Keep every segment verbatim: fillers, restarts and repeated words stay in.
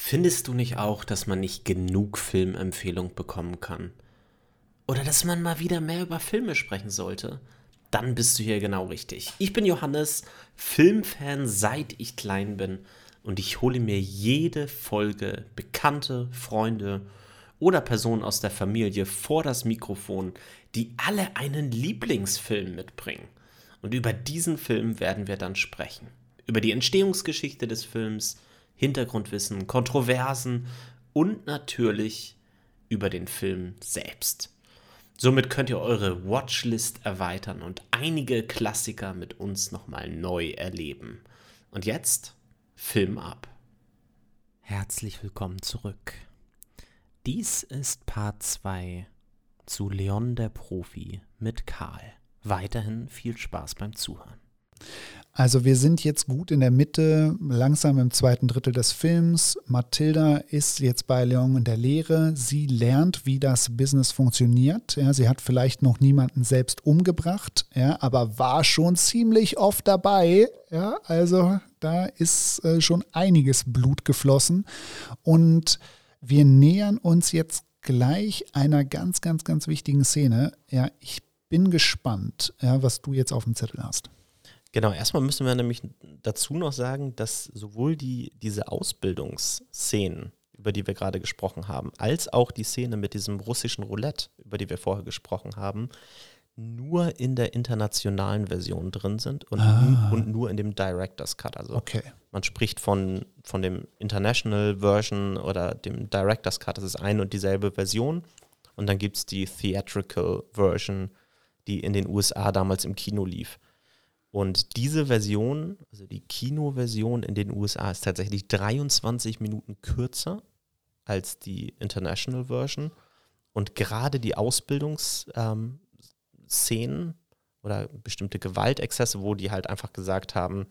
Findest du nicht auch, dass man nicht genug Filmempfehlung bekommen kann? Oder dass man mal wieder mehr über Filme sprechen sollte? Dann bist du hier genau richtig. Ich bin Johannes, Filmfan seit ich klein bin und ich hole mir jede Folge Bekannte, Freunde oder Personen aus der Familie vor das Mikrofon, die alle einen Lieblingsfilm mitbringen. Und über diesen Film werden wir dann sprechen. Über die Entstehungsgeschichte des Films, Hintergrundwissen, Kontroversen und natürlich über den Film selbst. Somit könnt ihr eure Watchlist erweitern und einige Klassiker mit uns nochmal neu erleben. Und jetzt Film ab. Herzlich willkommen zurück. Dies ist Part zwei zu Leon der Profi mit Karl. Weiterhin viel Spaß beim Zuhören. Also wir sind jetzt gut in der Mitte, langsam im zweiten Drittel des Films. Mathilda ist jetzt bei Leon in der Lehre. Sie lernt, wie das Business funktioniert. Ja, sie hat vielleicht noch niemanden selbst umgebracht, ja, aber war schon ziemlich oft dabei. Ja, also da ist äh, schon einiges Blut geflossen. Und wir nähern uns jetzt gleich einer ganz, ganz, ganz wichtigen Szene. Ja, ich bin gespannt, ja, was du jetzt auf dem Zettel hast. Genau, erstmal müssen wir nämlich dazu noch sagen, dass sowohl die, diese Ausbildungsszenen, über die wir gerade gesprochen haben, als auch die Szene mit diesem russischen Roulette, über die wir vorher gesprochen haben, nur in der internationalen Version drin sind und, ah. und nur in dem Director's Cut. Also okay. Man spricht von, von dem International Version oder dem Director's Cut, das ist eine und dieselbe Version. Und dann gibt es die Theatrical Version, die in den U S A damals im Kino lief. Und diese Version, also die Kinoversion in den U S A, ist tatsächlich dreiundzwanzig Minuten kürzer als die International Version. Und gerade die Ausbildungsszenen ähm, oder bestimmte Gewaltexzesse, wo die halt einfach gesagt haben,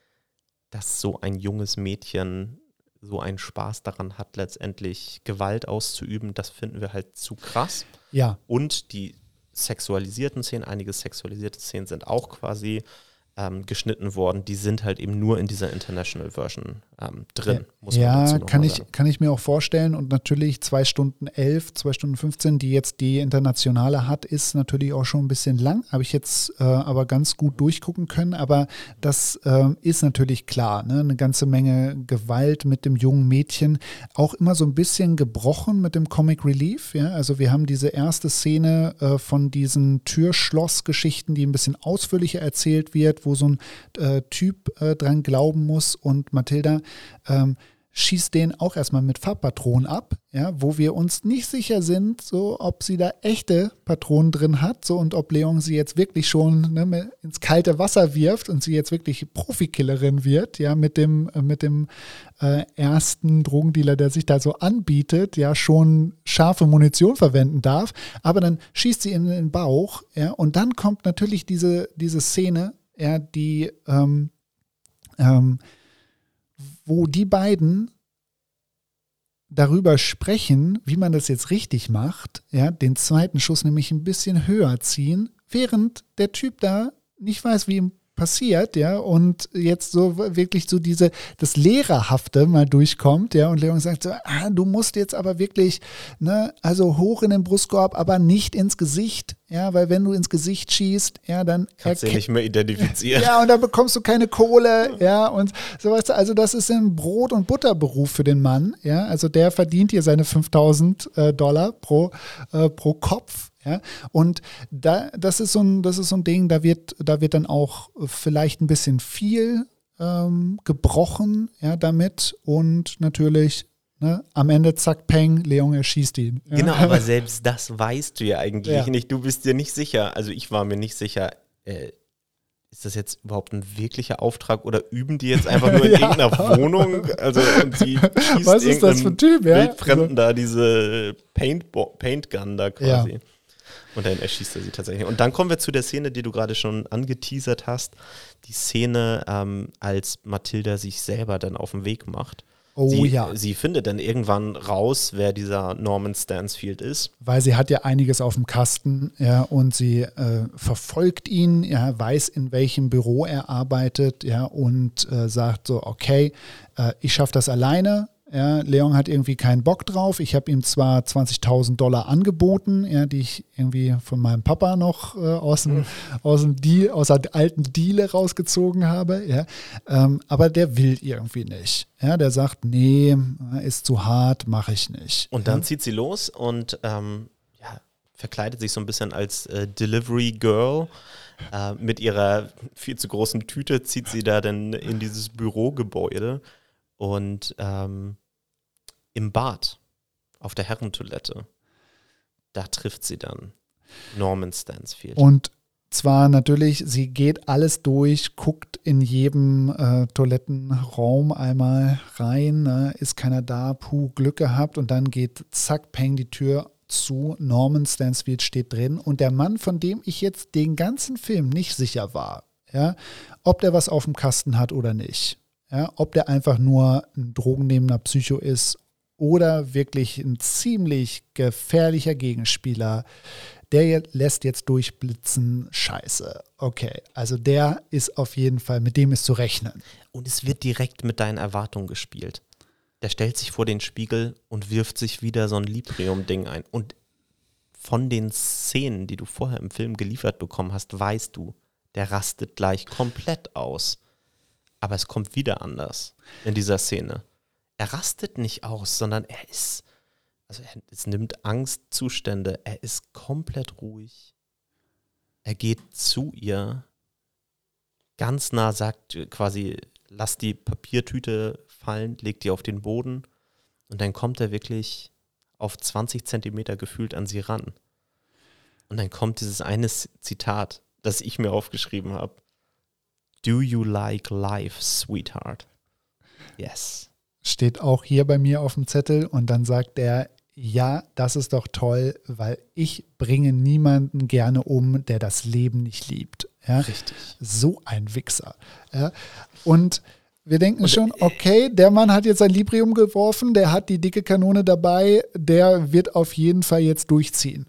dass so ein junges Mädchen so einen Spaß daran hat, letztendlich Gewalt auszuüben, das finden wir halt zu krass. Ja. Und die sexualisierten Szenen, einige sexualisierte Szenen sind auch quasi Ähm, geschnitten worden, die sind halt eben nur in dieser International Version ähm, drin. Muss man ja, dazu noch kann, ich, kann ich mir auch vorstellen. Und natürlich zwei Stunden elf, zwei Stunden fünfzehn, die jetzt die Internationale hat, ist natürlich auch schon ein bisschen lang. Habe ich jetzt äh, aber ganz gut durchgucken können. Aber das äh, ist natürlich klar, ne? Eine ganze Menge Gewalt mit dem jungen Mädchen. Auch immer so ein bisschen gebrochen mit dem Comic Relief. Ja? Also wir haben diese erste Szene äh, von diesen Türschloss-Geschichten, die ein bisschen ausführlicher erzählt wird, wo so ein äh, Typ äh, dran glauben muss und Mathilda ähm, schießt den auch erstmal mit Farbpatronen ab, ja, wo wir uns nicht sicher sind, so ob sie da echte Patronen drin hat, so und ob Leon sie jetzt wirklich schon ne, ins kalte Wasser wirft und sie jetzt wirklich Profikillerin wird, ja, mit dem äh, mit dem äh, ersten Drogendealer, der sich da so anbietet, ja, schon scharfe Munition verwenden darf, aber dann schießt sie in den Bauch, ja, und dann kommt natürlich diese diese Szene, ja, die, ähm, ähm, wo die beiden darüber sprechen, wie man das jetzt richtig macht, ja, den zweiten Schuss nämlich ein bisschen höher ziehen, während der Typ da nicht weiß, wie ihm passiert, ja, und jetzt so wirklich so diese, das Lehrerhafte mal durchkommt, ja, und Leon sagt so, ah, du musst jetzt aber wirklich, ne, also hoch in den Brustkorb, aber nicht ins Gesicht, ja, weil wenn du ins Gesicht schießt, ja, dann kannst du nicht mehr identifizieren. Ja, und dann bekommst du keine Kohle, ja, und so weißt du, also das ist ein Brot- und Butterberuf für den Mann, ja, also der verdient hier seine fünftausend Dollar pro, äh, pro Kopf. Ja, und da, das ist so ein, das ist so ein Ding, da wird, da wird dann auch vielleicht ein bisschen viel ähm, gebrochen, ja, damit und natürlich, ne, am Ende zack, peng, Leon erschießt ihn. Ja. Genau, aber selbst das weißt du ja eigentlich ja. nicht. Du bist dir nicht sicher, also ich war mir nicht sicher, äh, ist das jetzt überhaupt ein wirklicher Auftrag oder üben die jetzt einfach nur in ja. irgendeiner Wohnung? Also und die schießt was ist das für ein Typ, ja? Wildfremden also. da diese Paintbo- Paintgun da quasi. Ja. Und dann erschießt er sie tatsächlich. Und dann kommen wir zu der Szene, die du gerade schon angeteasert hast. Die Szene, ähm, als Mathilda sich selber dann auf den Weg macht. Oh sie, ja. Sie findet dann irgendwann raus, wer dieser Norman Stansfield ist. Weil sie hat ja einiges auf dem Kasten, ja, und sie äh, verfolgt ihn, ja, weiß, in welchem Büro er arbeitet, ja, und äh, sagt so, okay, äh, ich schaffe das alleine, Ja, Leon hat irgendwie keinen Bock drauf. Ich habe ihm zwar zwanzigtausend Dollar angeboten, ja, die ich irgendwie von meinem Papa noch äh, aus, dem, mhm. aus, dem Deal, aus der alten Diele rausgezogen habe, ja, ähm, aber der will irgendwie nicht. Ja, der sagt, nee, ist zu hart, mache ich nicht. Und dann ja. zieht sie los und ähm, ja, verkleidet sich so ein bisschen als äh, Delivery Girl. Äh, mit ihrer viel zu großen Tüte zieht sie da dann in dieses Bürogebäude. Und ähm, im Bad, auf der Herrentoilette, da trifft sie dann Norman Stansfield. Und zwar natürlich, sie geht alles durch, guckt in jedem äh, Toilettenraum einmal rein, ne, ist keiner da, puh, Glück gehabt und dann geht zack, peng, die Tür zu, Norman Stansfield steht drin und der Mann, von dem ich jetzt den ganzen Film nicht sicher war, ja, ob der was auf dem Kasten hat oder nicht. Ja, ob der einfach nur ein drogennehmender Psycho ist oder wirklich ein ziemlich gefährlicher Gegenspieler, der lässt jetzt durchblitzen, scheiße. Okay, also der ist auf jeden Fall, mit dem ist zu rechnen. Und es wird direkt mit deinen Erwartungen gespielt. Der stellt sich vor den Spiegel und wirft sich wieder so ein Librium-Ding ein. Und von den Szenen, die du vorher im Film geliefert bekommen hast, weißt du, der rastet gleich komplett aus. Aber es kommt wieder anders in dieser Szene. Er rastet nicht aus, sondern er ist, also er, es nimmt Angstzustände. Er ist komplett ruhig. Er geht zu ihr, ganz nah, sagt quasi, lass die Papiertüte fallen, legt die auf den Boden und dann kommt er wirklich auf zwanzig Zentimeter gefühlt an sie ran. Und dann kommt dieses eine Zitat, das ich mir aufgeschrieben habe. Do you like life, sweetheart? Yes. Steht auch hier bei mir auf dem Zettel und dann sagt er, ja, das ist doch toll, weil ich bringe niemanden gerne um, der das Leben nicht liebt. Ja? Richtig. So ein Wichser. Ja? Und wir denken und, schon, okay, der Mann hat jetzt sein Librium geworfen, der hat die dicke Kanone dabei, der wird auf jeden Fall jetzt durchziehen.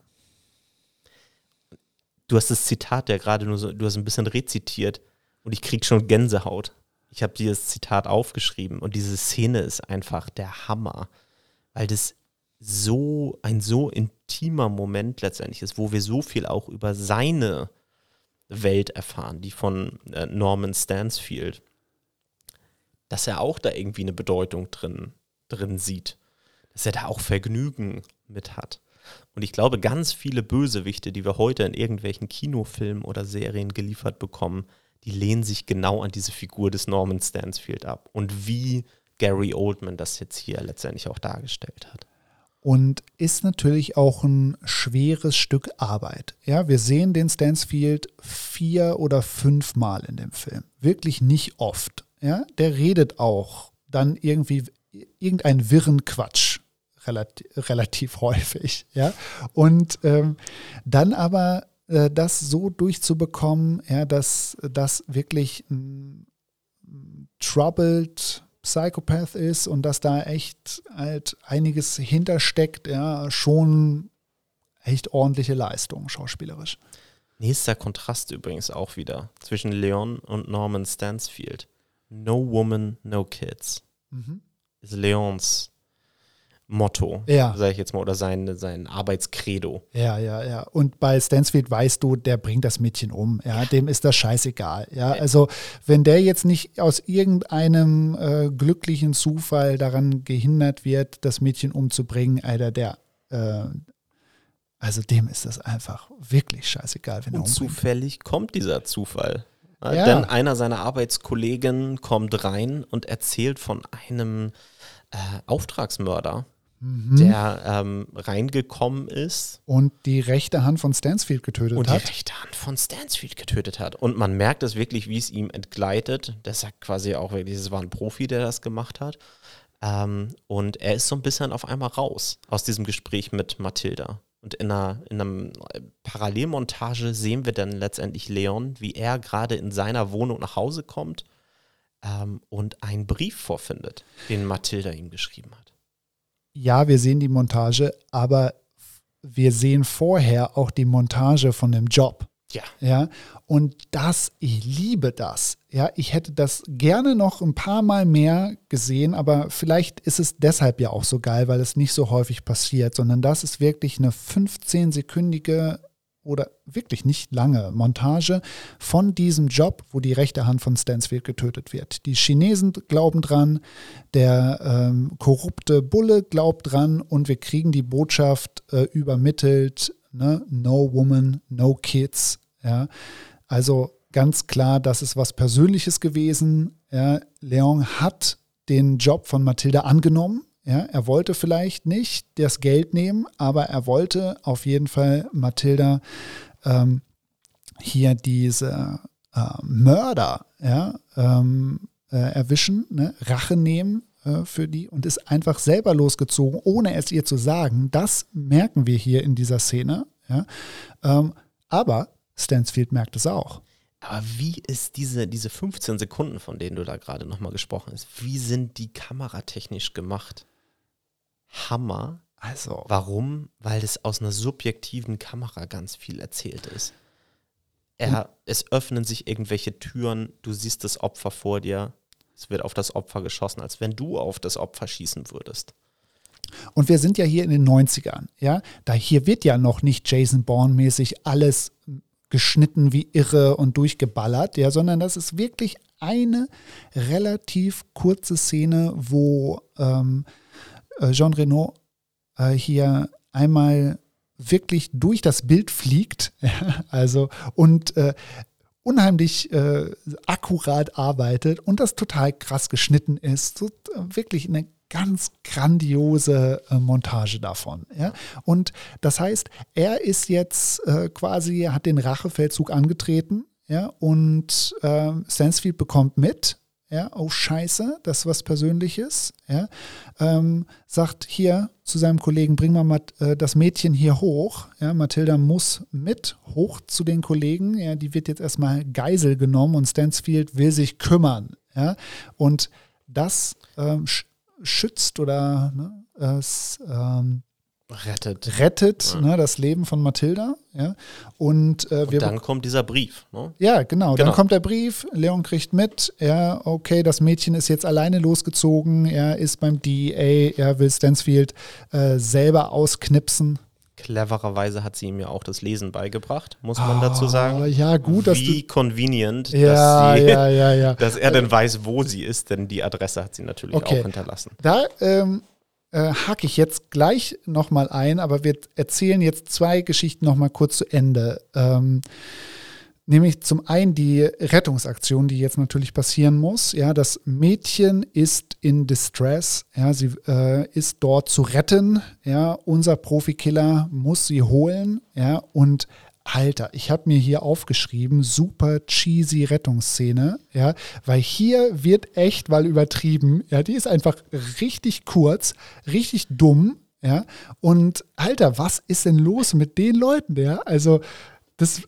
Du hast das Zitat ja gerade nur so, du hast ein bisschen rezitiert. Und ich krieg schon Gänsehaut. Ich habe dieses Zitat aufgeschrieben und diese Szene ist einfach der Hammer, weil das so ein so intimer Moment letztendlich ist, wo wir so viel auch über seine Welt erfahren, die von äh, Norman Stansfield, dass er auch da irgendwie eine Bedeutung drin, drin sieht, dass er da auch Vergnügen mit hat. Und ich glaube, ganz viele Bösewichte, die wir heute in irgendwelchen Kinofilmen oder Serien geliefert bekommen, die lehnen sich genau an diese Figur des Norman Stansfield ab. Und wie Gary Oldman das jetzt hier letztendlich auch dargestellt hat. Und ist natürlich auch ein schweres Stück Arbeit. Ja, wir sehen den Stansfield vier oder fünf Mal in dem Film. Wirklich nicht oft. Ja, der redet auch dann irgendwie irgendeinen wirren Quatsch. Relativ, relativ häufig. Ja? Und ähm, dann aber äh, das so durchzubekommen, ja, dass das wirklich ein troubled Psychopath ist und dass da echt halt einiges hintersteckt, ja, schon echt ordentliche Leistung, schauspielerisch. Nächster Kontrast übrigens auch wieder zwischen Leon und Norman Stansfield. No woman, no kids. Mhm. Ist Leons Motto, ja. sage ich jetzt mal, oder sein, sein Arbeitskredo. Ja, ja, ja. Und bei Stansfield weißt du, der bringt das Mädchen um. Ja, dem ist das scheißegal. Ja, also wenn der jetzt nicht aus irgendeinem äh, glücklichen Zufall daran gehindert wird, das Mädchen umzubringen, Alter, der, äh, also dem ist das einfach wirklich scheißegal, wenn er umbringt. Und zufällig kommt dieser Zufall. Ja. Denn einer seiner Arbeitskollegen kommt rein und erzählt von einem äh, Auftragsmörder, Mhm. der ähm, reingekommen ist. Und die rechte Hand von Stansfield getötet und hat. Und die rechte Hand von Stansfield getötet hat. Und man merkt es wirklich, wie es ihm entgleitet. Der sagt quasi auch wirklich, es war ein Profi, der das gemacht hat. Ähm, und er ist so ein bisschen auf einmal raus aus diesem Gespräch mit Mathilda. Und in einer, in einer Parallelmontage sehen wir dann letztendlich Leon, wie er gerade in seiner Wohnung nach Hause kommt ähm, und einen Brief vorfindet, den Mathilda ihm geschrieben hat. Ja, wir sehen die Montage, aber wir sehen vorher auch die Montage von dem Job. Ja. Ja, und das, ich liebe das. Ja, ich hätte das gerne noch ein paar Mal mehr gesehen, aber vielleicht ist es deshalb ja auch so geil, weil es nicht so häufig passiert, sondern das ist wirklich eine fünfzehnsekündige oder wirklich nicht lange Montage von diesem Job, wo die rechte Hand von Stansfield getötet wird. Die Chinesen glauben dran, der ähm, korrupte Bulle glaubt dran und wir kriegen die Botschaft äh, übermittelt, ne? No woman, no kids. Ja? Also ganz klar, das ist was Persönliches gewesen. Ja? Leon hat den Job von Mathilda angenommen. Ja, er wollte vielleicht nicht das Geld nehmen, aber er wollte auf jeden Fall Mathilda ähm, hier diese äh, Mörder ja, ähm, äh, erwischen, ne, Rache nehmen äh, für die und ist einfach selber losgezogen, ohne es ihr zu sagen. Das merken wir hier in dieser Szene. Ja. Ähm, aber Stansfield merkt es auch. Aber wie ist diese, diese fünfzehn Sekunden, von denen du da gerade nochmal gesprochen hast, wie sind die kameratechnisch gemacht? Hammer. Also. Warum? Weil es aus einer subjektiven Kamera ganz viel erzählt ist. Er, es öffnen sich irgendwelche Türen, du siehst das Opfer vor dir, es wird auf das Opfer geschossen, als wenn du auf das Opfer schießen würdest. Und wir sind ja hier in den neunzigern, ja, da hier wird ja noch nicht Jason Bourne-mäßig alles geschnitten wie irre und durchgeballert, ja, sondern das ist wirklich eine relativ kurze Szene, wo ähm, Jean Reno äh, hier einmal wirklich durch das Bild fliegt, ja, also und äh, unheimlich äh, akkurat arbeitet und das total krass geschnitten ist, so, äh, wirklich eine ganz grandiose äh, Montage davon. Ja? Und das heißt, er ist jetzt äh, quasi, hat den Rachefeldzug angetreten, ja, und äh, Stansfield bekommt mit, ja, oh Scheiße, das ist was Persönliches, ja, ähm, sagt hier zu seinem Kollegen, bring mal Mat- äh, das Mädchen hier hoch, ja, Mathilda muss mit hoch zu den Kollegen, ja, die wird jetzt erstmal Geisel genommen und Stansfield will sich kümmern, ja, und das ähm, sch- schützt oder ne, es ähm, rettet, rettet ja. ne, das Leben von Mathilda. Ja. Und, äh, und wir dann be- kommt dieser Brief. Ne? Ja, genau, genau. Dann kommt der Brief, Leon kriegt mit, ja, okay, das Mädchen ist jetzt alleine losgezogen, er ist beim D E A, er will Stansfield äh, selber ausknipsen. Clevererweise hat sie ihm ja auch das Lesen beigebracht, muss man oh, dazu sagen. Ja, gut, dass Wie du convenient, ja, dass, sie, ja, ja, ja. dass er denn weiß, wo sie ist, denn die Adresse hat sie natürlich okay. auch hinterlassen. Da ähm, äh, hake ich jetzt gleich nochmal ein, aber wir erzählen jetzt zwei Geschichten nochmal kurz zu Ende. Ähm, Nämlich zum einen die Rettungsaktion, die jetzt natürlich passieren muss. Ja, das Mädchen ist in Distress. Ja, sie äh, ist dort zu retten. Ja, unser Profikiller muss sie holen. Ja, und Alter, ich habe mir hier aufgeschrieben, super cheesy Rettungsszene. Ja, weil hier wird echt mal übertrieben. Ja, die ist einfach richtig kurz, richtig dumm. Ja, und Alter, was ist denn los mit den Leuten? Ja, also das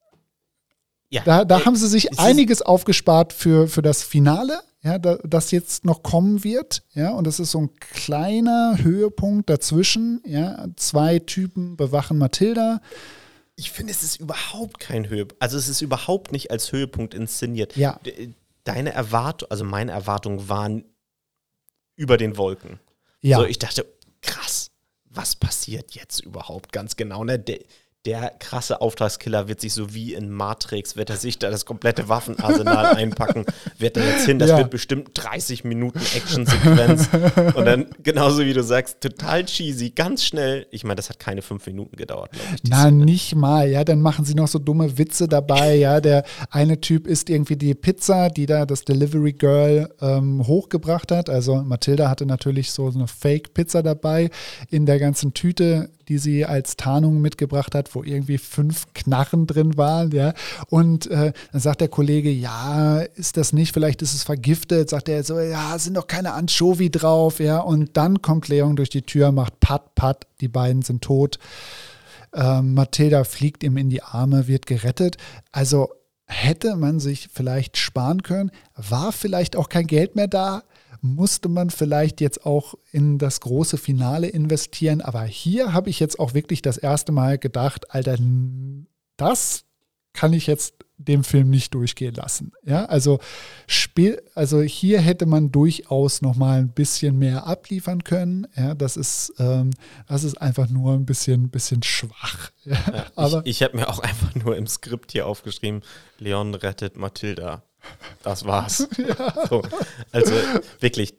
Ja, da, da äh, haben sie sich einiges aufgespart für, für das Finale, ja, da, das jetzt noch kommen wird. Ja, und das ist so ein kleiner Höhepunkt dazwischen. Ja, zwei Typen bewachen Mathilda. Ich finde, es ist überhaupt kein Höhepunkt. Also es ist überhaupt nicht als Höhepunkt inszeniert. Ja. Deine Erwartung, also meine Erwartungen waren über den Wolken. Ja. So, ich dachte, krass, was passiert jetzt überhaupt ganz genau? Ne? Der, Der krasse Auftragskiller wird sich so wie in Matrix, wird er sich da das komplette Waffenarsenal einpacken, wird er jetzt hin, das ja. wird bestimmt dreißig Minuten Actionsequenz und dann, genauso wie du sagst, total cheesy, ganz schnell, ich meine, das hat keine fünf Minuten gedauert, glaube ich. Na, Szene. Nicht mal, ja, dann machen sie noch so dumme Witze dabei, ja, der eine Typ isst irgendwie die Pizza, die da das Delivery Girl ähm, hochgebracht hat, also Mathilda hatte natürlich so eine Fake-Pizza dabei in der ganzen Tüte, die sie als Tarnung mitgebracht hat, wo irgendwie fünf Knarren drin waren, ja. Und äh, dann sagt der Kollege, ja, ist das nicht, vielleicht ist es vergiftet, sagt er so, ja, sind doch keine Anchovy drauf, ja. Und dann kommt Leon durch die Tür, macht Pat, Pat, die beiden sind tot. Ähm, Mathilda fliegt ihm in die Arme, wird gerettet. Also hätte man sich vielleicht sparen können, war vielleicht auch kein Geld mehr da, musste man vielleicht jetzt auch in das große Finale investieren. Aber hier habe ich jetzt auch wirklich das erste Mal gedacht, Alter, das kann ich jetzt dem Film nicht durchgehen lassen. Ja, also, Spiel, also hier hätte man durchaus noch mal ein bisschen mehr abliefern können. Ja, das ist, ähm, das ist einfach nur ein bisschen, bisschen schwach. Ja, ja, aber ich ich habe mir auch einfach nur im Skript hier aufgeschrieben, Leon rettet Mathilda. Das war's. Ja. So, also wirklich,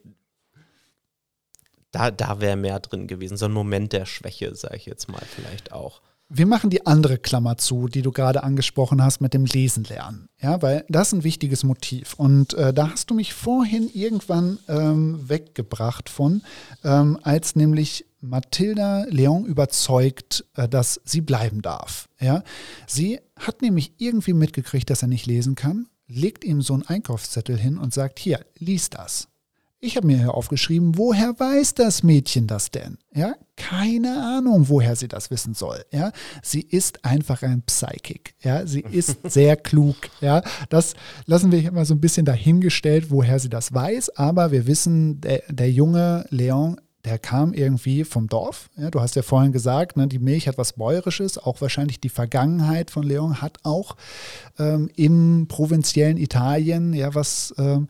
da, da wäre mehr drin gewesen. So ein Moment der Schwäche, sage ich jetzt mal vielleicht auch. Wir machen die andere Klammer zu, die du gerade angesprochen hast mit dem Lesen lernen. Ja, weil das ist ein wichtiges Motiv. Und äh, da hast du mich vorhin irgendwann ähm, weggebracht von, ähm, als nämlich Mathilda Leon überzeugt, äh, dass sie bleiben darf. Ja, sie hat nämlich irgendwie mitgekriegt, dass er nicht lesen kann, legt ihm so einen Einkaufszettel hin und sagt, hier, lies das. Ich habe mir hier aufgeschrieben, woher weiß das Mädchen das denn? Ja, keine Ahnung, woher sie das wissen soll. Ja, sie ist einfach ein Psychic. Ja, sie ist sehr klug. Ja, das lassen wir immer so ein bisschen dahingestellt, woher sie das weiß. Aber wir wissen, der, der junge Leon, der kam irgendwie vom Dorf. Ja, du hast ja vorhin gesagt, ne, die Milch hat was Bäuerisches. Auch wahrscheinlich die Vergangenheit von Leon hat auch ähm, im provinziellen Italien ja was ähm,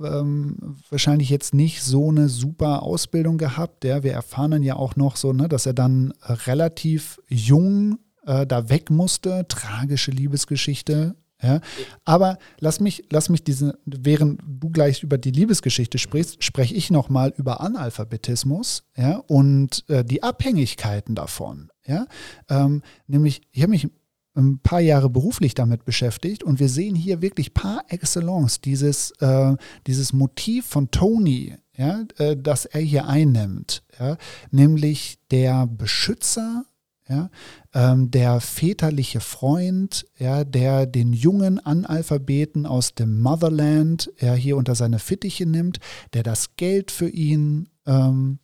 ähm, wahrscheinlich jetzt nicht so eine super Ausbildung gehabt. Ja, wir erfahren dann ja auch noch so, ne, dass er dann äh, relativ jung äh, da weg musste. Tragische Liebesgeschichte. Ja, aber lass mich, lass mich diese, während du gleich über die Liebesgeschichte sprichst, spreche ich nochmal über Analphabetismus, ja, und äh, die Abhängigkeiten davon. Ja, ähm, nämlich, ich habe mich ein paar Jahre beruflich damit beschäftigt und wir sehen hier wirklich par excellence dieses, äh, dieses Motiv von Tony, ja, äh, das er hier einnimmt, ja, nämlich der Beschützer. Ja, ähm, der väterliche Freund, ja, der den jungen Analphabeten aus dem Motherland ja, hier unter seine Fittiche nimmt, der das Geld für ihn ähm,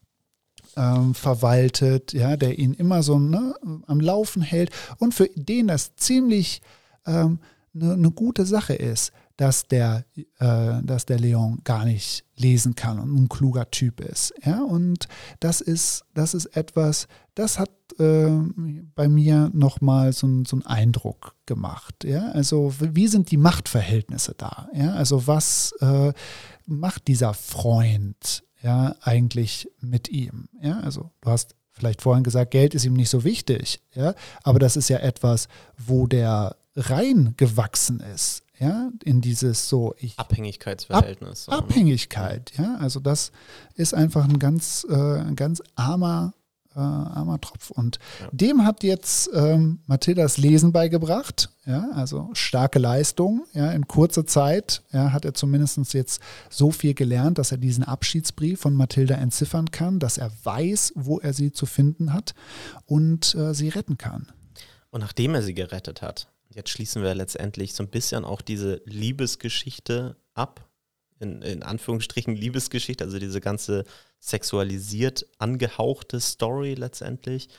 ähm, verwaltet, ja, der ihn immer so ne, am Laufen hält und für den das ziemlich ähm, eine ne gute Sache ist, dass der, äh, dass der Leon gar nicht lesen kann und ein kluger Typ ist. Ja? Und das ist, das ist etwas, das hat äh, bei mir nochmal so, so einen Eindruck gemacht. Ja? Also wie sind die Machtverhältnisse da? Ja? Also was äh, macht dieser Freund ja, eigentlich mit ihm? Ja? Also du hast vielleicht vorhin gesagt, Geld ist ihm nicht so wichtig, ja? Aber das ist ja etwas, wo der reingewachsen ist. Ja, in dieses so ich, Abhängigkeitsverhältnis. Ab, Abhängigkeit, ja, also das ist einfach ein ganz, äh, ein ganz armer, äh, armer Tropf. Und ja. dem hat jetzt ähm, Mathildas Lesen beigebracht, ja, also starke Leistung, ja, in kurzer Zeit ja, hat er zumindest jetzt so viel gelernt, dass er diesen Abschiedsbrief von Mathilda entziffern kann, dass er weiß, wo er sie zu finden hat und äh, sie retten kann. Und nachdem er sie gerettet hat, jetzt schließen wir letztendlich so ein bisschen auch diese Liebesgeschichte ab, in, in Anführungsstrichen Liebesgeschichte, also diese ganze sexualisiert angehauchte Story letztendlich.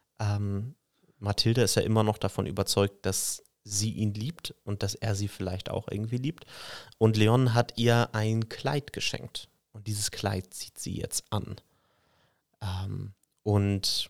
Ähm, Mathilda ist ja immer noch davon überzeugt, dass sie ihn liebt und dass er sie vielleicht auch irgendwie liebt. Und Leon hat ihr ein Kleid geschenkt und dieses Kleid zieht sie jetzt an. Ähm, und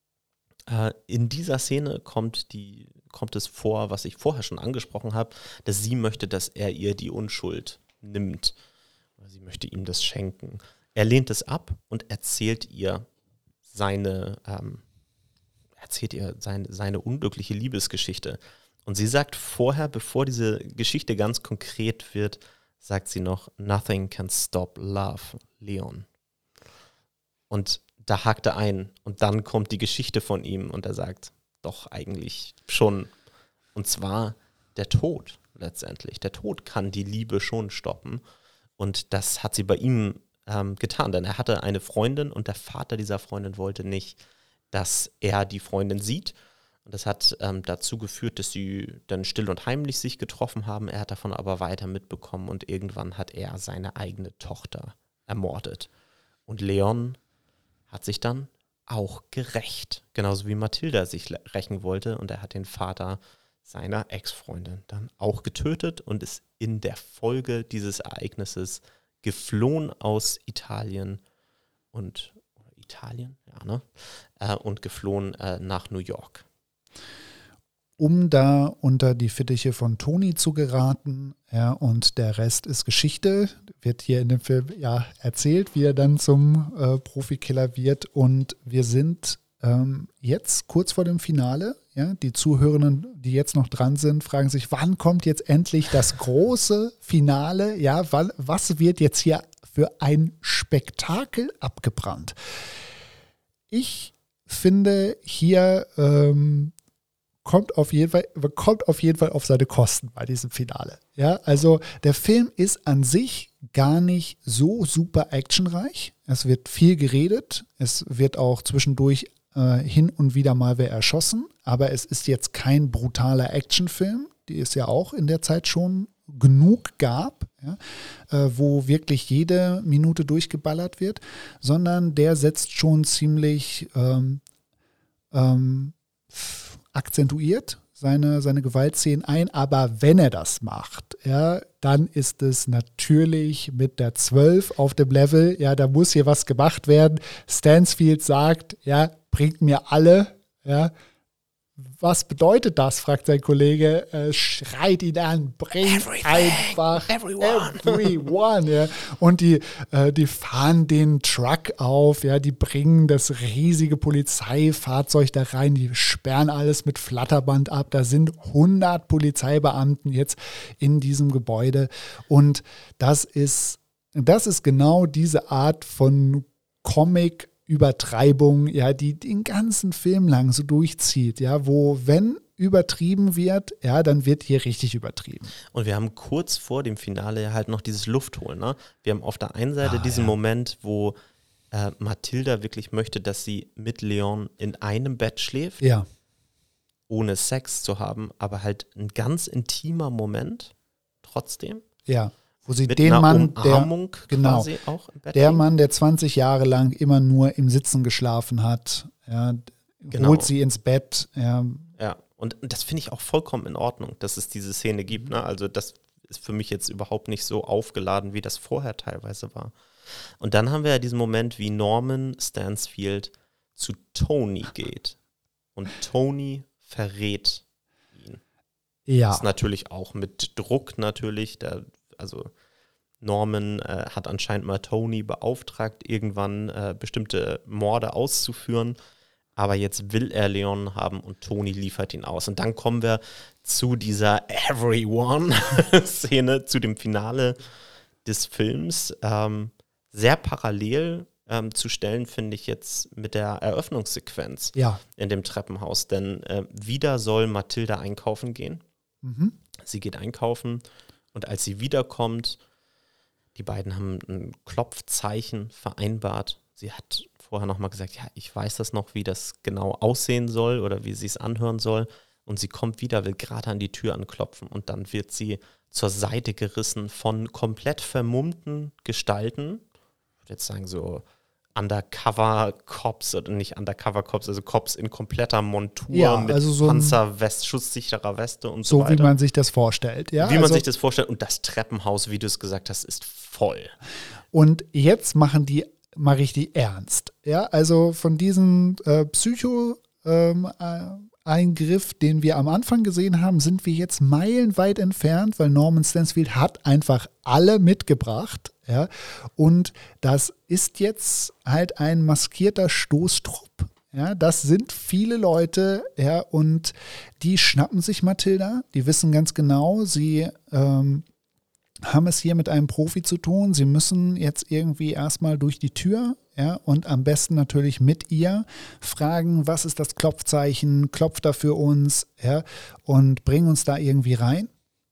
äh, in dieser Szene kommt die kommt es vor, was ich vorher schon angesprochen habe, dass sie möchte, dass er ihr die Unschuld nimmt. Oder sie möchte ihm das schenken. Er lehnt es ab und erzählt ihr seine, ähm, erzählt ihr seine, seine unglückliche Liebesgeschichte. Und sie sagt vorher, bevor diese Geschichte ganz konkret wird, sagt sie noch, nothing can stop love, Leon. Und da hakt er ein und dann kommt die Geschichte von ihm und er sagt, doch eigentlich schon. Und zwar der Tod letztendlich. Der Tod kann die Liebe schon stoppen. Und das hat sie bei ihm ähm, getan. Denn er hatte eine Freundin und der Vater dieser Freundin wollte nicht, dass er die Freundin sieht. Und das hat ähm, dazu geführt, dass sie dann still und heimlich sich getroffen haben. Er hat davon aber weiter mitbekommen und irgendwann hat er seine eigene Tochter ermordet. Und Leon hat sich dann auch gerecht. Genauso wie Mathilda sich rächen wollte und er hat den Vater seiner Ex-Freundin dann auch getötet und ist in der Folge dieses Ereignisses geflohen aus Italien und Italien, ja, ne? Äh, und geflohen äh, nach New York. um da unter die Fittiche von Tony zu geraten. Ja, und der Rest ist Geschichte. Wird hier in dem Film ja erzählt, wie er dann zum äh, Profikiller wird. Und wir sind ähm, jetzt kurz vor dem Finale. Ja, die Zuhörenden, die jetzt noch dran sind, fragen sich, wann kommt jetzt endlich das große Finale? Ja, wann, was wird jetzt hier für ein Spektakel abgebrannt? Ich finde, hier ähm, kommt auf jeden Fall, kommt auf jeden Fall auf seine Kosten bei diesem Finale. Ja, also der Film ist an sich gar nicht so super actionreich. Es wird viel geredet. Es wird auch zwischendurch äh, hin und wieder mal wer erschossen. Aber es ist jetzt kein brutaler Actionfilm, die es ja auch in der Zeit schon genug gab, ja, äh, wo wirklich jede Minute durchgeballert wird, sondern der setzt schon ziemlich ähm, ähm, akzentuiert seine, seine Gewaltszenen ein, aber wenn er das macht, ja, dann ist es natürlich mit der zwölf auf dem Level, ja, da muss hier was gemacht werden. Stansfield sagt, ja, bringt mir alle, ja. Was bedeutet das, fragt sein Kollege, äh, schreit ihn an, bringt einfach everyone. everyone ja. Und die, äh, die fahren den Truck auf, ja, die bringen das riesige Polizeifahrzeug da rein, die sperren alles mit Flatterband ab, da sind hundert Polizeibeamten jetzt in diesem Gebäude und das ist, das ist genau diese Art von Comic Übertreibung, ja, die den ganzen Film lang so durchzieht, ja, wo, wenn übertrieben wird, ja, dann wird hier richtig übertrieben. Und wir haben kurz vor dem Finale halt noch dieses Luftholen, ne? Wir haben auf der einen Seite Ah, diesen ja. Moment, wo äh, Mathilda wirklich möchte, dass sie mit Leon in einem Bett schläft, Ja, ohne Sex zu haben, aber halt ein ganz intimer Moment trotzdem. ja. Wo sie Mit den einer Mann, der, Umarmung genau, quasi auch im Bett der liegen. Mann, der zwanzig Jahre lang immer nur im Sitzen geschlafen hat, ja, Genau. holt sie ins Bett, ja, Ja, und das finde ich auch vollkommen in Ordnung, dass es diese Szene gibt. Ne? Also das ist für mich jetzt überhaupt nicht so aufgeladen, wie das vorher teilweise war. Und dann haben wir ja diesen Moment, wie Norman Stansfield zu Tony geht. Und Tony verrät ihn. ja, Das ist natürlich auch mit Druck natürlich. Der, also Norman äh, hat anscheinend mal Tony beauftragt, irgendwann äh, bestimmte Morde auszuführen. Aber jetzt will er Leon haben und Tony liefert ihn aus. Und dann kommen wir zu dieser Everyone-Szene, zu dem Finale des Films. Ähm, sehr parallel ähm, zu stellen, finde ich jetzt mit der Eröffnungssequenz ja, in dem Treppenhaus. Denn äh, wieder soll Mathilda einkaufen gehen. mhm. Sie geht einkaufen und als sie wiederkommt, die beiden haben ein Klopfzeichen vereinbart. Sie hat vorher nochmal gesagt, ja, ich weiß das noch, wie das genau aussehen soll oder wie sie es anhören soll. Und sie kommt wieder, will gerade an die Tür anklopfen und dann wird sie zur Seite gerissen von komplett vermummten Gestalten. Ich würde jetzt sagen so Undercover-Cops oder nicht Undercover-Cops, also Cops in kompletter Montur Ja, mit also so ein- Panzerwest, schusssicherer Weste und so, So weiter. wie man sich das vorstellt, ja. Wie man also, sich das vorstellt. Und das Treppenhaus, wie du es gesagt hast, ist voll. Und jetzt machen die mal richtig ernst. Ja, also von diesem äh, Psycho ähm, äh, Eingriff, den wir am Anfang gesehen haben, sind wir jetzt meilenweit entfernt, weil Norman Stansfield hat einfach alle mitgebracht. Ja, und das ist jetzt halt ein maskierter Stoßtrupp. Ja, das sind viele Leute, ja, und die schnappen sich Mathilda. Die wissen ganz genau, sie ähm, haben es hier mit einem Profi zu tun. Sie müssen jetzt irgendwie erstmal durch die Tür, ja, und am besten natürlich mit ihr fragen, was ist das Klopfzeichen, klopft da für uns, ja, und bringen uns da irgendwie rein.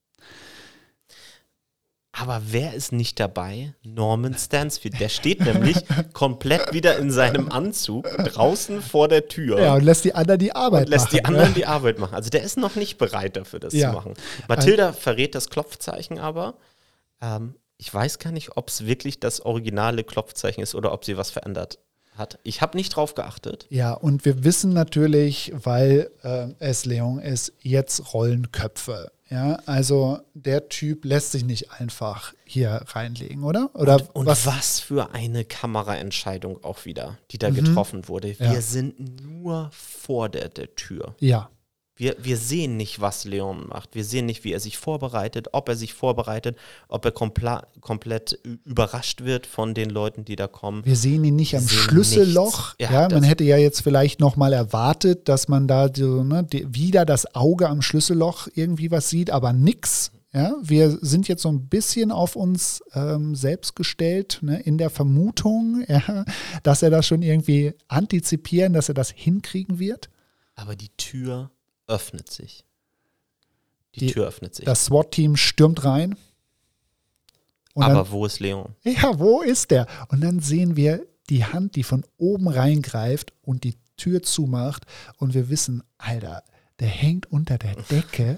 Aber wer ist nicht dabei? Norman Stansfield. Der steht nämlich komplett wieder in seinem Anzug draußen vor der Tür. Ja, und lässt die anderen die Arbeit und lässt machen. die anderen ja. die Arbeit machen. Also der ist noch nicht bereit dafür, das Ja. zu machen. Mathilda verrät das Klopfzeichen aber. Ähm, ich weiß gar nicht, ob es wirklich das originale Klopfzeichen ist oder ob sie was verändert hat. Ich habe nicht drauf geachtet. Ja, und wir wissen natürlich, weil äh, es Leon ist, jetzt rollen Köpfe. Ja, also der Typ lässt sich nicht einfach hier reinlegen, oder? Oder Und was, was für eine Kameraentscheidung auch wieder, die da getroffen wurde. Wir Ja. sind nur vor der, der Tür. Ja, Wir, wir sehen nicht, was Leon macht. Wir sehen nicht, wie er sich vorbereitet, ob er sich vorbereitet, ob er kompla- komplett überrascht wird von den Leuten, die da kommen. Wir sehen ihn nicht am Schlüsselloch. Ja, ja, man hätte ja jetzt vielleicht nochmal erwartet, dass man da so, ne, die, wieder das Auge am Schlüsselloch irgendwie was sieht, aber nix. Ja, wir sind jetzt so ein bisschen auf uns ähm, selbst gestellt, ne, in der Vermutung, ja, dass er das schon irgendwie antizipieren, dass er das hinkriegen wird. Aber die Tür öffnet sich. Die, die Tür öffnet sich. Das SWAT-Team stürmt rein. Aber dann, wo ist Leon? Ja, wo ist der? Und dann sehen wir die Hand, die von oben reingreift und die Tür zumacht. Und wir wissen, Alter, der hängt unter der Decke.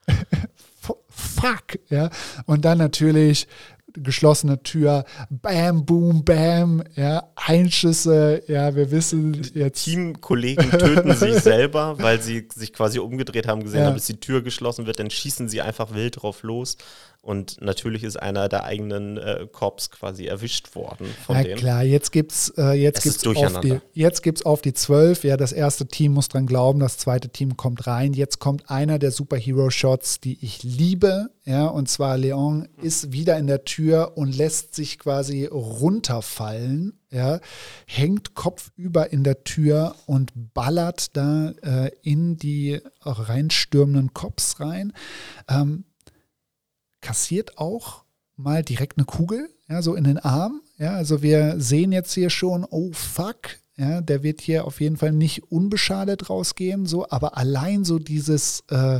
Fuck, ja. Und dann natürlich geschlossene Tür, bam, boom, bam, ja, Einschüsse, ja, wir wissen jetzt. Teamkollegen töten sich selber, weil sie sich quasi umgedreht haben, gesehen ja. haben, dass die Tür geschlossen wird, dann schießen sie einfach wild drauf los. Und natürlich ist einer der eigenen äh, Cops quasi erwischt worden von ja, denen. Ja klar, jetzt gibt's äh, jetzt gibt's auf die jetzt gibt's auf die zwölf. Ja, das erste Team muss dran glauben, das zweite Team kommt rein. Jetzt kommt einer der Superhero-Shots, die ich liebe. Ja, und zwar Leon ist wieder in der Tür und lässt sich quasi runterfallen. Ja, hängt kopfüber in der Tür und ballert da äh, in die reinstürmenden Cops rein. Ähm, kassiert auch mal direkt eine Kugel, ja, so in den Arm. Ja, also wir sehen jetzt hier schon, oh fuck, ja, der wird hier auf jeden Fall nicht unbeschadet rausgehen, so, aber allein so dieses äh,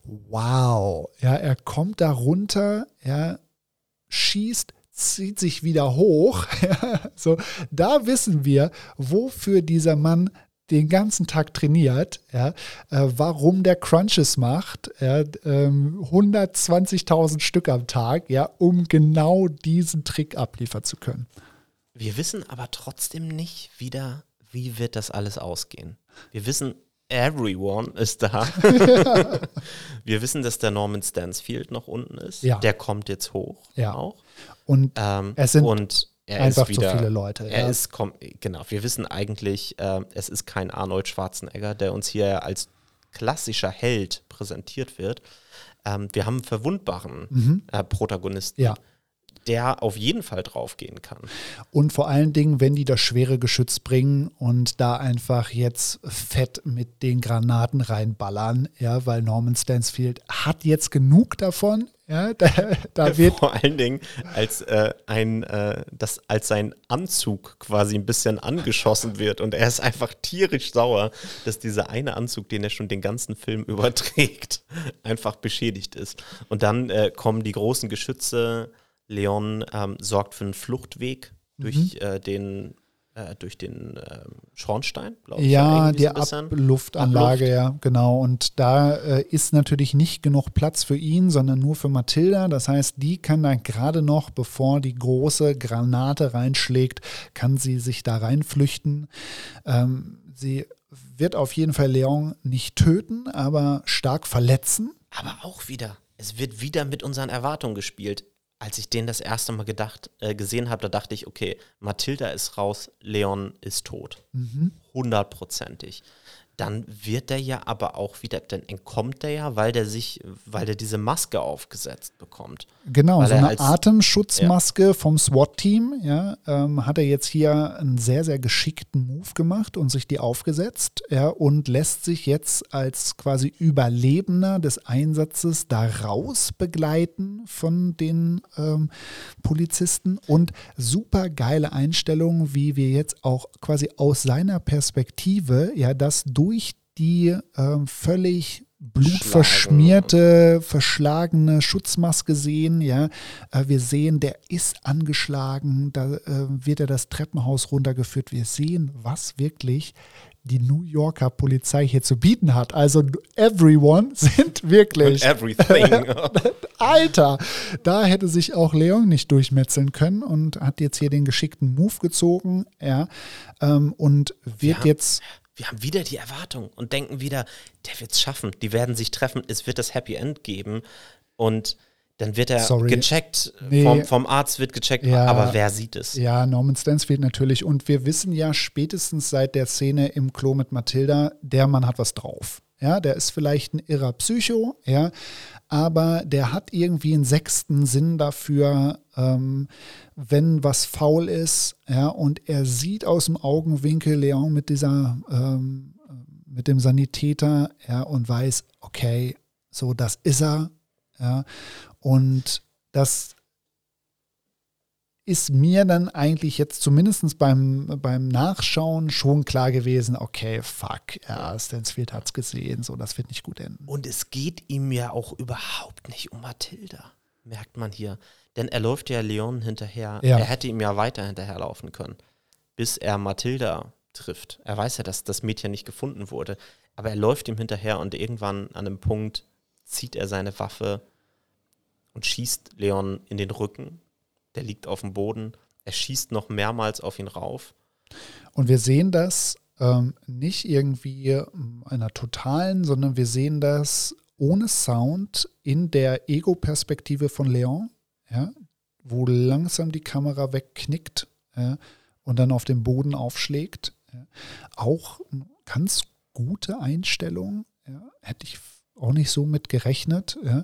wow, ja, er kommt da runter, ja, schießt, zieht sich wieder hoch, ja, so, da wissen wir, wofür dieser Mann den ganzen Tag trainiert, ja, äh, warum der Crunches macht, ja, ähm, hundertzwanzigtausend Stück am Tag, ja, um genau diesen Trick abliefern zu können. Wir wissen aber trotzdem nicht wieder, wie wird das alles ausgehen. Wir wissen, everyone ist da. Ja. Wir wissen, dass der Norman Stansfield noch unten ist. Ja. Der kommt jetzt hoch ja. auch. Und ähm, es sind und Er einfach ist wieder, zu viele Leute. Er ja. ist, komm, genau, wir wissen eigentlich, äh, es ist kein Arnold Schwarzenegger, der uns hier als klassischer Held präsentiert wird. Ähm, wir haben einen verwundbaren mhm. äh, Protagonisten, ja. der auf jeden Fall draufgehen kann. Und vor allen Dingen, wenn die das schwere Geschütz bringen und da einfach jetzt fett mit den Granaten reinballern, ja, weil Norman Stansfield hat jetzt genug davon. Ja, da, da wird vor allen Dingen, als äh, ein, äh, das, als sein Anzug quasi ein bisschen angeschossen wird und er ist einfach tierisch sauer, dass dieser eine Anzug, den er schon den ganzen Film überträgt, einfach beschädigt ist. Und dann äh, kommen die großen Geschütze. Leon ähm, sorgt für einen Fluchtweg mhm. durch äh, den äh, durch den äh, Schornstein, glaube ich. Ja, die so Abluftanlage, Abluft. ja, genau. Und da äh, ist natürlich nicht genug Platz für ihn, sondern nur für Mathilda. Das heißt, die kann da gerade noch, bevor die große Granate reinschlägt, kann sie sich da reinflüchten. Ähm, sie wird auf jeden Fall Leon nicht töten, aber stark verletzen. Aber auch wieder, es wird wieder mit unseren Erwartungen gespielt. Als ich den das erste Mal gedacht, äh, gesehen habe, da dachte ich, okay, Mathilda ist raus, Leon ist tot. Mhm. Hundertprozentig. Dann wird der ja aber auch wieder, dann entkommt der ja, weil der sich, weil der diese Maske aufgesetzt bekommt. Genau, weil so eine als, Atemschutzmaske ja. vom SWAT-Team, ja, ähm, hat er jetzt hier einen sehr, sehr geschickten Move gemacht und sich die aufgesetzt, ja, und lässt sich jetzt als quasi Überlebender des Einsatzes da raus begleiten von den ähm, Polizisten und super geile Einstellungen, wie wir jetzt auch quasi aus seiner Perspektive, ja, das durch durch die äh, völlig blutverschmierte, verschlagene Schutzmaske sehen. Ja, äh, wir sehen, der ist angeschlagen, da äh, wird er das Treppenhaus runtergeführt. Wir sehen, was wirklich die New Yorker Polizei hier zu bieten hat. Also everyone sind wirklich And everything. Alter, da hätte sich auch Leon nicht durchmetzeln können und hat jetzt hier den geschickten Move gezogen, ja, ähm, und wird ja. jetzt Wir haben wieder die Erwartung und denken wieder, der wird es schaffen, die werden sich treffen, es wird das Happy End geben und dann wird er Sorry. gecheckt, nee. vom, vom Arzt wird gecheckt, ja. aber wer sieht es? Ja, Norman Stansfield natürlich und wir wissen ja spätestens seit der Szene im Klo mit Mathilda, der Mann hat was drauf. ja, der ist vielleicht ein irrer Psycho, ja, aber der hat irgendwie einen sechsten Sinn dafür, ähm, wenn was faul ist, ja, und er sieht aus dem Augenwinkel Leon mit dieser, ähm, mit dem Sanitäter, ja, und weiß, okay, so, das ist er, ja, und das ist mir dann eigentlich jetzt zumindest beim, beim Nachschauen schon klar gewesen, okay, fuck, ja, Stansfield hat's gesehen, so, das wird nicht gut enden. Und es geht ihm ja auch überhaupt nicht um Mathilda, merkt man hier. Denn er läuft ja Leon hinterher, ja. Er hätte ihm ja weiter hinterherlaufen können, bis er Mathilda trifft. Er weiß ja, dass das Mädchen nicht gefunden wurde, aber er läuft ihm hinterher und irgendwann an einem Punkt zieht er seine Waffe und schießt Leon in den Rücken. Der liegt auf dem Boden. Er schießt noch mehrmals auf ihn rauf. Und wir sehen das ähm, nicht irgendwie in einer totalen, sondern wir sehen das ohne Sound in der Ego-Perspektive von Leon, ja, wo langsam die Kamera wegknickt, ja, und dann auf dem Boden aufschlägt. Ja. Auch eine ganz gute Einstellung, ja, hätte ich auch nicht so mit gerechnet, ja.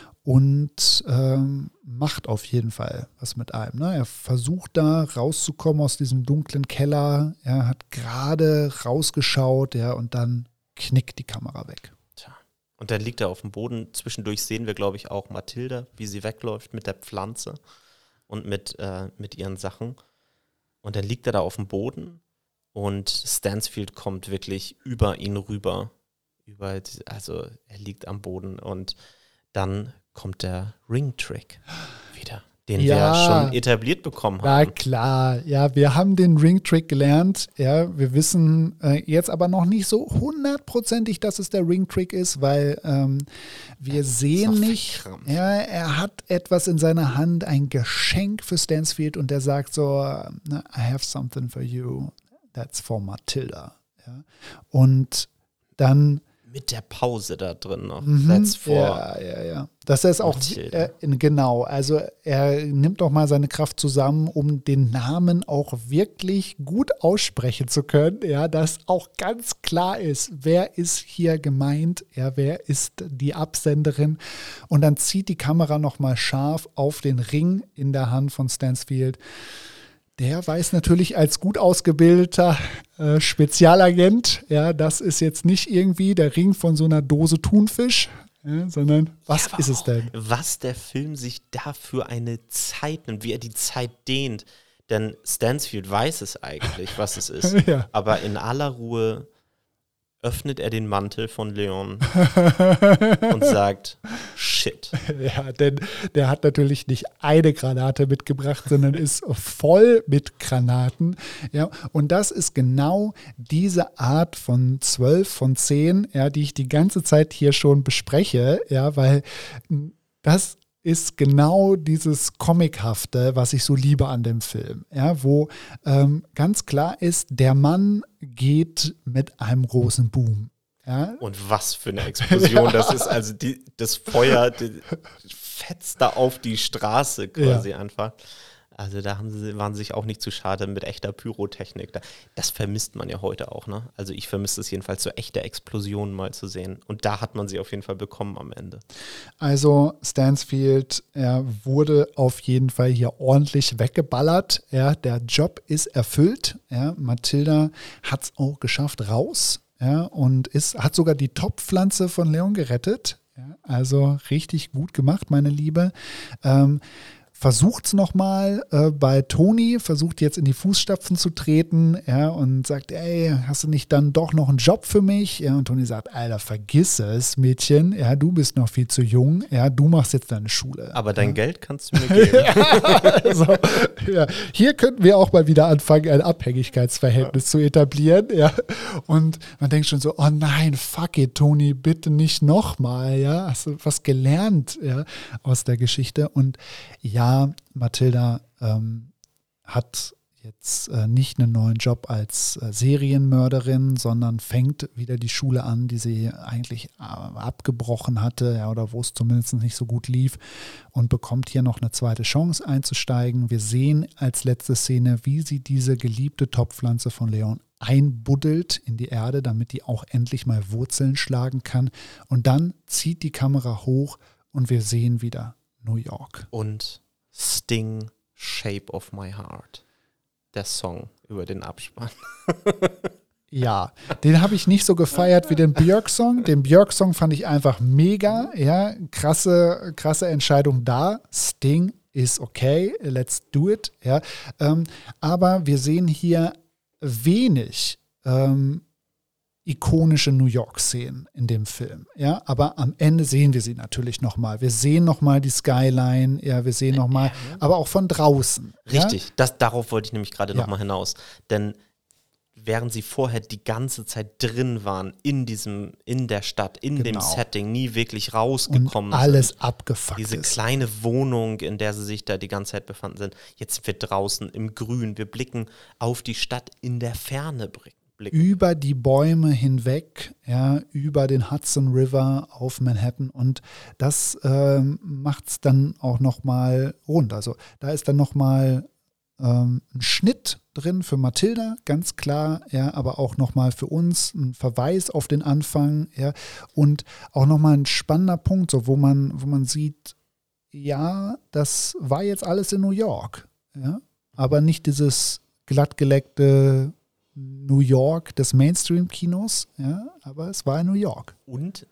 Und ähm, macht auf jeden Fall was mit einem. Ne? Er versucht da rauszukommen aus diesem dunklen Keller. Er hat gerade rausgeschaut, ja, und dann knickt die Kamera weg. Tja. Und dann liegt er auf dem Boden. Zwischendurch sehen wir, glaube ich, auch Mathilda, wie sie wegläuft mit der Pflanze und mit, äh, mit ihren Sachen. Und dann liegt er da auf dem Boden und Stansfield kommt wirklich über ihn rüber. Über, also er liegt am Boden und dann kommt der Ring-Trick wieder, den ja, wir schon etabliert bekommen haben. Na klar, ja, wir haben den Ring-Trick gelernt, ja, wir wissen äh, jetzt aber noch nicht so hundertprozentig, dass es der Ring-Trick ist, weil ähm, wir sehen nicht, ja, er hat etwas in seiner Hand, ein Geschenk für Stansfield und der sagt so, I have something for you, that's for Mathilda. Ja. Und dann mit der Pause da drin noch. Mhm, That's for ja, ja, ja. Das ist auch, äh, genau, also er nimmt auch mal seine Kraft zusammen, um den Namen auch wirklich gut aussprechen zu können, ja, dass auch ganz klar ist, wer ist hier gemeint, ja, wer ist die Absenderin und dann zieht die Kamera nochmal scharf auf den Ring in der Hand von Stansfield. Der weiß natürlich als gut ausgebildeter äh, Spezialagent, ja, das ist jetzt nicht irgendwie der Ring von so einer Dose Thunfisch, ja, sondern was ja, ist es denn? Was der Film sich da für eine Zeit nimmt, wie er die Zeit dehnt. Denn Stansfield weiß es eigentlich, was es ist. Ja. Aber in aller Ruhe öffnet er den Mantel von Leon und sagt, shit. Ja, denn der hat natürlich nicht eine Granate mitgebracht, sondern ist voll mit Granaten. Ja, und das ist genau diese Art von zwölf von zehn, ja, die ich die ganze Zeit hier schon bespreche, ja, weil das ist genau dieses Comichafte, was ich so liebe an dem Film, ja, wo ähm, ganz klar ist, der Mann geht mit einem großen Boom. Ja? Und was für eine Explosion ja. das ist, also die, das Feuer die fetzt da auf die Straße quasi ja. einfach. Also da haben sie, waren sie sich auch nicht zu schade mit echter Pyrotechnik. Das vermisst man ja heute auch, ne? Also ich vermisse es jedenfalls, so echte Explosionen mal zu sehen. Und da hat man sie auf jeden Fall bekommen am Ende. Also Stansfield, er wurde auf jeden Fall hier ordentlich weggeballert. Ja, der Job ist erfüllt. Ja, Mathilda hat es auch geschafft raus. Ja, und ist, hat sogar die Top-Pflanze von Leon gerettet. Ja, also richtig gut gemacht, meine Liebe. Ähm, Versucht es nochmal äh, bei Toni, versucht jetzt in die Fußstapfen zu treten, ja, und sagt, ey, hast du nicht dann doch noch einen Job für mich? Ja, und Toni sagt, Alter, vergiss es, Mädchen, ja, du bist noch viel zu jung, ja, du machst jetzt deine Schule. Aber dein ja. Geld kannst du mir geben. ja, also, ja. Hier könnten wir auch mal wieder anfangen, ein Abhängigkeitsverhältnis ja. zu etablieren, ja, und man denkt schon so, oh nein, fuck it, Toni, bitte nicht nochmal, ja, hast du was gelernt, ja, aus der Geschichte und ja, Mathilda ähm, hat jetzt äh, nicht einen neuen Job als äh, Serienmörderin, sondern fängt wieder die Schule an, die sie eigentlich äh, abgebrochen hatte, ja, oder wo es zumindest nicht so gut lief, und bekommt hier noch eine zweite Chance einzusteigen. Wir sehen als letzte Szene, wie sie diese geliebte Topfpflanze von Leon einbuddelt in die Erde, damit die auch endlich mal Wurzeln schlagen kann. Und dann zieht die Kamera hoch und wir sehen wieder New York. Und Sting, Shape of My Heart. Der Song über den Abspann. Ja, den habe ich nicht so gefeiert wie den Björk-Song. Den Björk-Song fand ich einfach mega. Ja, krasse, krasse Entscheidung da. Sting ist okay, let's do it. Ja, ähm, aber wir sehen hier wenig ähm, ikonische New York-Szenen in dem Film. Ja, aber am Ende sehen wir sie natürlich nochmal. Wir sehen nochmal die Skyline, ja, wir sehen nochmal, aber auch von draußen. Richtig, ja? das, darauf wollte ich nämlich gerade Ja. nochmal hinaus. Denn während sie vorher die ganze Zeit drin waren, in diesem, in der Stadt, in dem Genau. Setting, nie wirklich Und rausgekommen alles sind. abgefuckt Diese ist. kleine Wohnung, in der sie sich da die ganze Zeit befanden sind. Jetzt sind wir draußen im Grün. Wir blicken auf die Stadt in der Ferne. Blicken. Über die Bäume hinweg, ja, über den Hudson River auf Manhattan, und das ähm, macht es dann auch nochmal rund. Also da ist dann nochmal ähm, ein Schnitt drin für Matilda, ganz klar, ja, aber auch nochmal für uns ein Verweis auf den Anfang, ja, und auch nochmal ein spannender Punkt, so wo man, wo man sieht, ja, das war jetzt alles in New York, ja, aber nicht dieses glattgeleckte New York des Mainstream-Kinos, ja, aber es war in New York. Und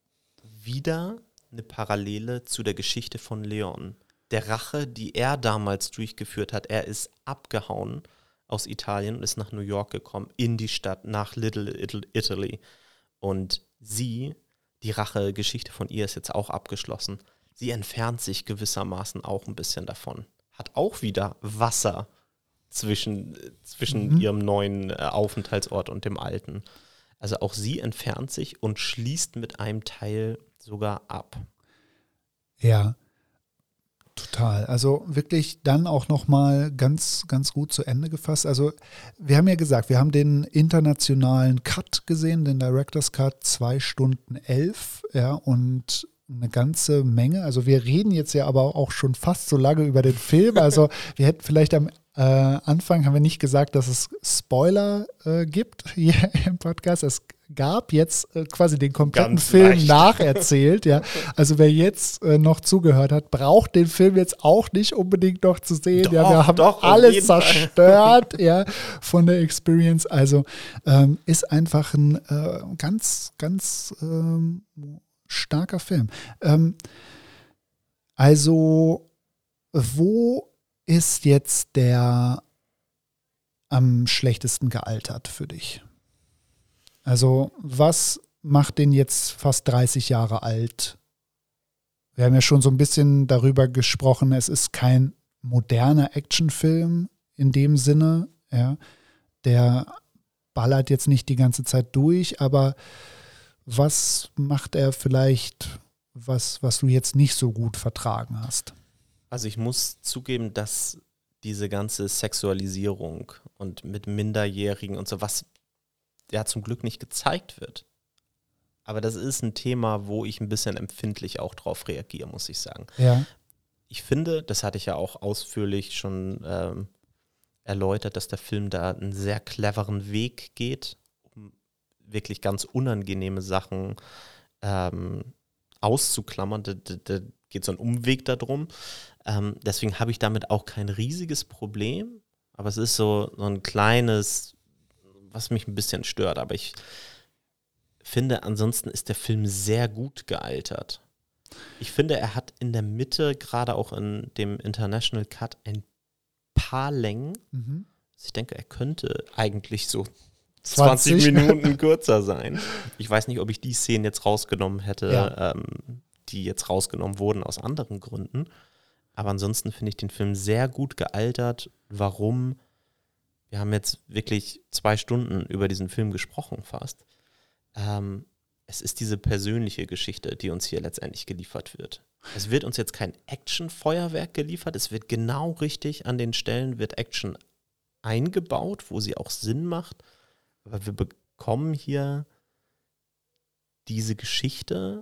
wieder eine Parallele zu der Geschichte von Leon. Der Rache, die er damals durchgeführt hat. Er ist abgehauen aus Italien und ist nach New York gekommen, in die Stadt, nach Little Italy. Und sie, die Rache-Geschichte von ihr ist jetzt auch abgeschlossen. Sie entfernt sich gewissermaßen auch ein bisschen davon. Hat auch wieder Wasser zwischen, zwischen Mhm. ihrem neuen äh, Aufenthaltsort und dem alten. Also auch sie entfernt sich und schließt mit einem Teil sogar ab. Ja, total. Also wirklich dann auch nochmal ganz, ganz gut zu Ende gefasst. Also wir haben ja gesagt, wir haben den internationalen Cut gesehen, den Director's Cut, zwei Stunden elf, ja, und eine ganze Menge. Also wir reden jetzt ja aber auch schon fast so lange über den Film. Also wir hätten vielleicht am äh, Anfang haben wir nicht gesagt, dass es Spoiler äh, gibt hier im Podcast. Es gab jetzt äh, quasi den kompletten Ganz Film leicht. nacherzählt. Ja. Also wer jetzt äh, noch zugehört hat, braucht den Film jetzt auch nicht unbedingt noch zu sehen. Doch, ja, wir haben doch, auf alles jeden Fall. zerstört, ja, von der Experience. Also ähm, ist einfach ein äh, ganz, ganz ähm, starker Film. Ähm, also, wo ist jetzt der am schlechtesten gealtert für dich? Also, was macht den jetzt fast dreißig Jahre alt? Wir haben ja schon so ein bisschen darüber gesprochen, es ist kein moderner Actionfilm in dem Sinne, ja. Der ballert jetzt nicht die ganze Zeit durch, aber was macht er vielleicht, was, was du jetzt nicht so gut vertragen hast? Also ich muss zugeben, dass diese ganze Sexualisierung und mit Minderjährigen und so, was ja zum Glück nicht gezeigt wird. Aber das ist ein Thema, wo ich ein bisschen empfindlich auch drauf reagiere, muss ich sagen. Ja. Ich finde, das hatte ich ja auch ausführlich schon ähm, erläutert, dass der Film da einen sehr cleveren Weg geht, um wirklich ganz unangenehme Sachen ähm, auszuklammern. Da, da, da geht so ein Umweg darum. Ähm, deswegen habe ich damit auch kein riesiges Problem. Aber es ist so, so ein kleines, was mich ein bisschen stört. Aber ich finde, ansonsten ist der Film sehr gut gealtert. Ich finde, er hat in der Mitte, gerade auch in dem International Cut, ein paar Längen. Mhm. Ich denke, er könnte eigentlich so zwanzig zwanzig Minuten kürzer sein. Ich weiß nicht, ob ich die Szenen jetzt rausgenommen hätte, Ja. ähm, die jetzt rausgenommen wurden aus anderen Gründen. Aber ansonsten finde ich den Film sehr gut gealtert. Warum? Wir haben jetzt wirklich zwei Stunden über diesen Film gesprochen fast. Ähm, es ist diese persönliche Geschichte, die uns hier letztendlich geliefert wird. Es wird uns jetzt kein Action-Feuerwerk geliefert. Es wird genau richtig an den Stellen, wird Action eingebaut, wo sie auch Sinn macht. Aber wir bekommen hier diese Geschichte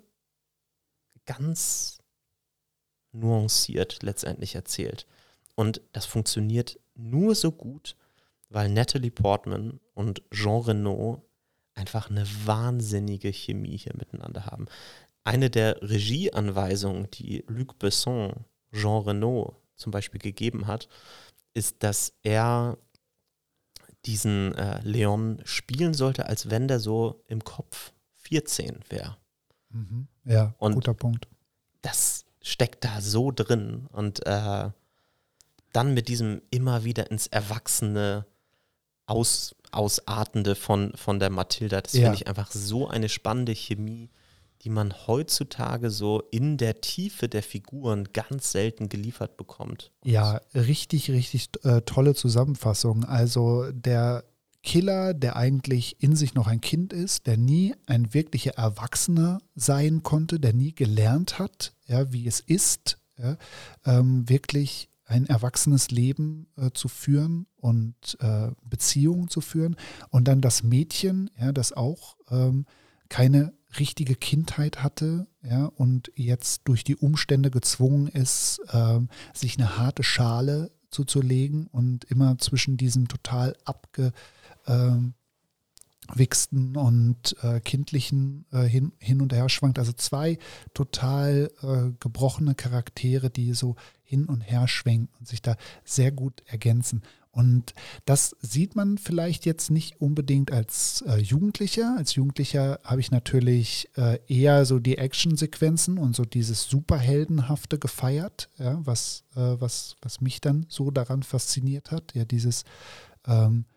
ganz nuanciert letztendlich erzählt. Und das funktioniert nur so gut, weil Natalie Portman und Jean Reno einfach eine wahnsinnige Chemie hier miteinander haben. Eine der Regieanweisungen, die Luc Besson Jean Reno zum Beispiel gegeben hat, ist, dass er diesen äh, Leon spielen sollte, als wenn der so im Kopf vierzehn wäre. Mhm. Ja, und guter Punkt. Das steckt da so drin. Und äh, dann mit diesem immer wieder ins Erwachsene aus, ausartende von, von der Mathilda, das ja. finde ich einfach so eine spannende Chemie, die man heutzutage so in der Tiefe der Figuren ganz selten geliefert bekommt. Ja, richtig, richtig äh, tolle Zusammenfassung. Also der Killer, der eigentlich in sich noch ein Kind ist, der nie ein wirklicher Erwachsener sein konnte, der nie gelernt hat, ja, wie es ist, ja, ähm, wirklich ein erwachsenes Leben äh, zu führen und äh, Beziehungen zu führen. Und dann das Mädchen, ja, das auch ähm, keine richtige Kindheit hatte, ja, und jetzt durch die Umstände gezwungen ist, äh, sich eine harte Schale zuzulegen und immer zwischen diesem total abgewichsten äh, und äh, kindlichen äh, hin, hin und her schwankt. Also zwei total äh, gebrochene Charaktere, die so hin und her schwenken und sich da sehr gut ergänzen. Und das sieht man vielleicht jetzt nicht unbedingt als äh, Jugendlicher. Als Jugendlicher habe ich natürlich äh, eher so die Actionsequenzen und so dieses Superheldenhafte gefeiert, ja, was, äh, was, was mich dann so daran fasziniert hat. Ja, dieses ähm,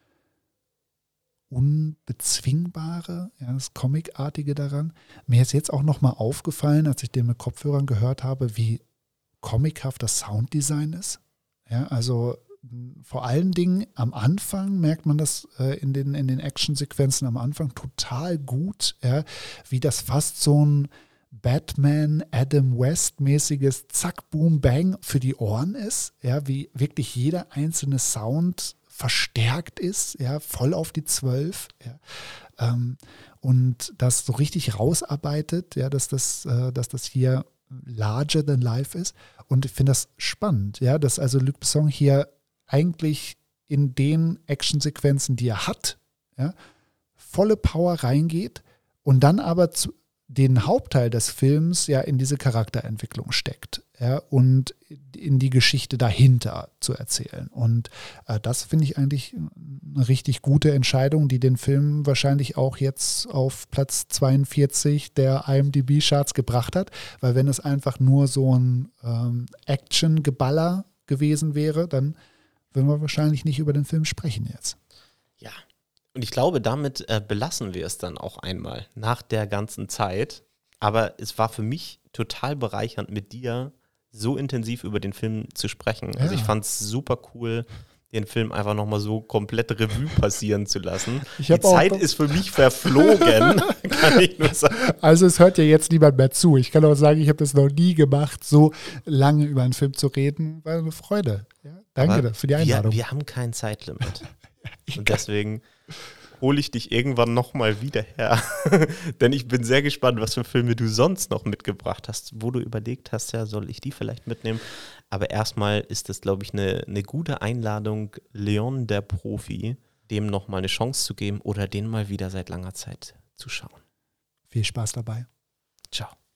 Unbezwingbare, ja, das Comicartige daran. Mir ist jetzt auch nochmal aufgefallen, als ich den mit Kopfhörern gehört habe, wie comichaft das Sounddesign ist. Ja, also vor allen Dingen am Anfang merkt man das äh, in den, in den Actionsequenzen am Anfang total gut, ja, wie das fast so ein Batman, Adam West-mäßiges Zack, Boom, Bang für die Ohren ist, ja, wie wirklich jeder einzelne Sound verstärkt ist, ja, voll auf die Zwölf, ja, ähm, und das so richtig rausarbeitet, ja, dass das, äh, dass das hier larger than life ist. Und ich finde das spannend, ja, dass also Luc Besson hier eigentlich in den Actionsequenzen, die er hat, ja, volle Power reingeht und dann aber zu, den Hauptteil des Films ja in diese Charakterentwicklung steckt, ja, und in die Geschichte dahinter zu erzählen. Und äh, das finde ich eigentlich eine richtig gute Entscheidung, die den Film wahrscheinlich auch jetzt auf Platz zweiundvierzig der I M D B-Charts gebracht hat, weil wenn es einfach nur so ein ähm, Action-Geballer gewesen wäre, dann würden wir wahrscheinlich nicht über den Film sprechen jetzt. Ja, und ich glaube, damit äh, belassen wir es dann auch einmal nach der ganzen Zeit. Aber es war für mich total bereichernd, mit dir so intensiv über den Film zu sprechen. Ja. Also ich fand es super cool, den Film einfach nochmal so komplett Revue passieren zu lassen. Die Zeit ist für mich verflogen, kann ich nur sagen. Also es hört ja jetzt niemand mehr zu. Ich kann auch sagen, ich habe das noch nie gemacht, so lange über einen Film zu reden. War eine Freude. Ja, danke Aber für die Einladung. Wir, wir haben kein Zeitlimit. Und deswegen hole ich dich irgendwann nochmal wieder her. Denn ich bin sehr gespannt, was für Filme du sonst noch mitgebracht hast, wo du überlegt hast, ja, soll ich die vielleicht mitnehmen? Aber erstmal ist das, glaube ich, eine, eine gute Einladung, Leon der Profi, dem nochmal eine Chance zu geben oder den mal wieder seit langer Zeit zu schauen. Viel Spaß dabei. Ciao.